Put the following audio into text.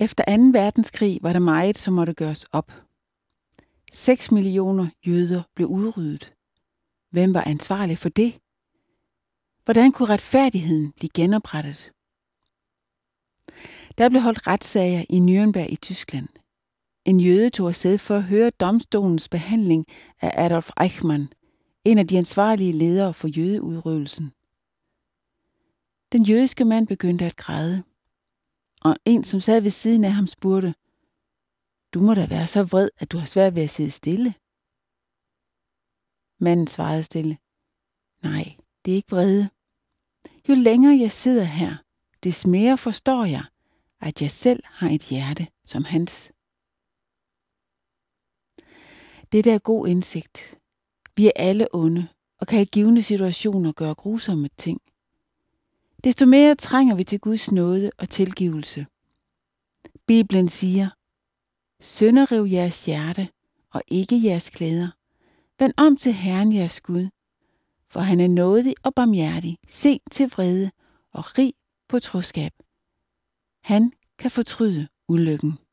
Efter 2. verdenskrig var der meget, som måtte gøres op. 6 millioner jøder blev udryddet. Hvem var ansvarlig for det? Hvordan kunne retfærdigheden blive genoprettet? Der blev holdt retssager i Nürnberg i Tyskland. En jøde tog afsted for at høre domstolens behandling af Adolf Eichmann, en af de ansvarlige ledere for jødeudryddelsen. Den jødiske mand begyndte at græde, og en, som sad ved siden af ham, spurgte, "Du må da være så vred, at du har svært ved at sidde stille." Manden svarede stille, "Nej, det er ikke vrede. Jo længere jeg sidder her, des mere forstår jeg, at jeg selv har et hjerte som hans." Dette er god indsigt. Vi er alle onde, og kan i givne situationer gøre grusomme ting. Desto mere trænger vi til Guds nåde og tilgivelse. Bibelen siger, "Sønder riv jeres hjerte, og ikke jeres klæder. Vend om til Herren jeres Gud, for han er nådig og barmhjertig, sent til vrede og rig på troskab. Han kan fortryde ulykken."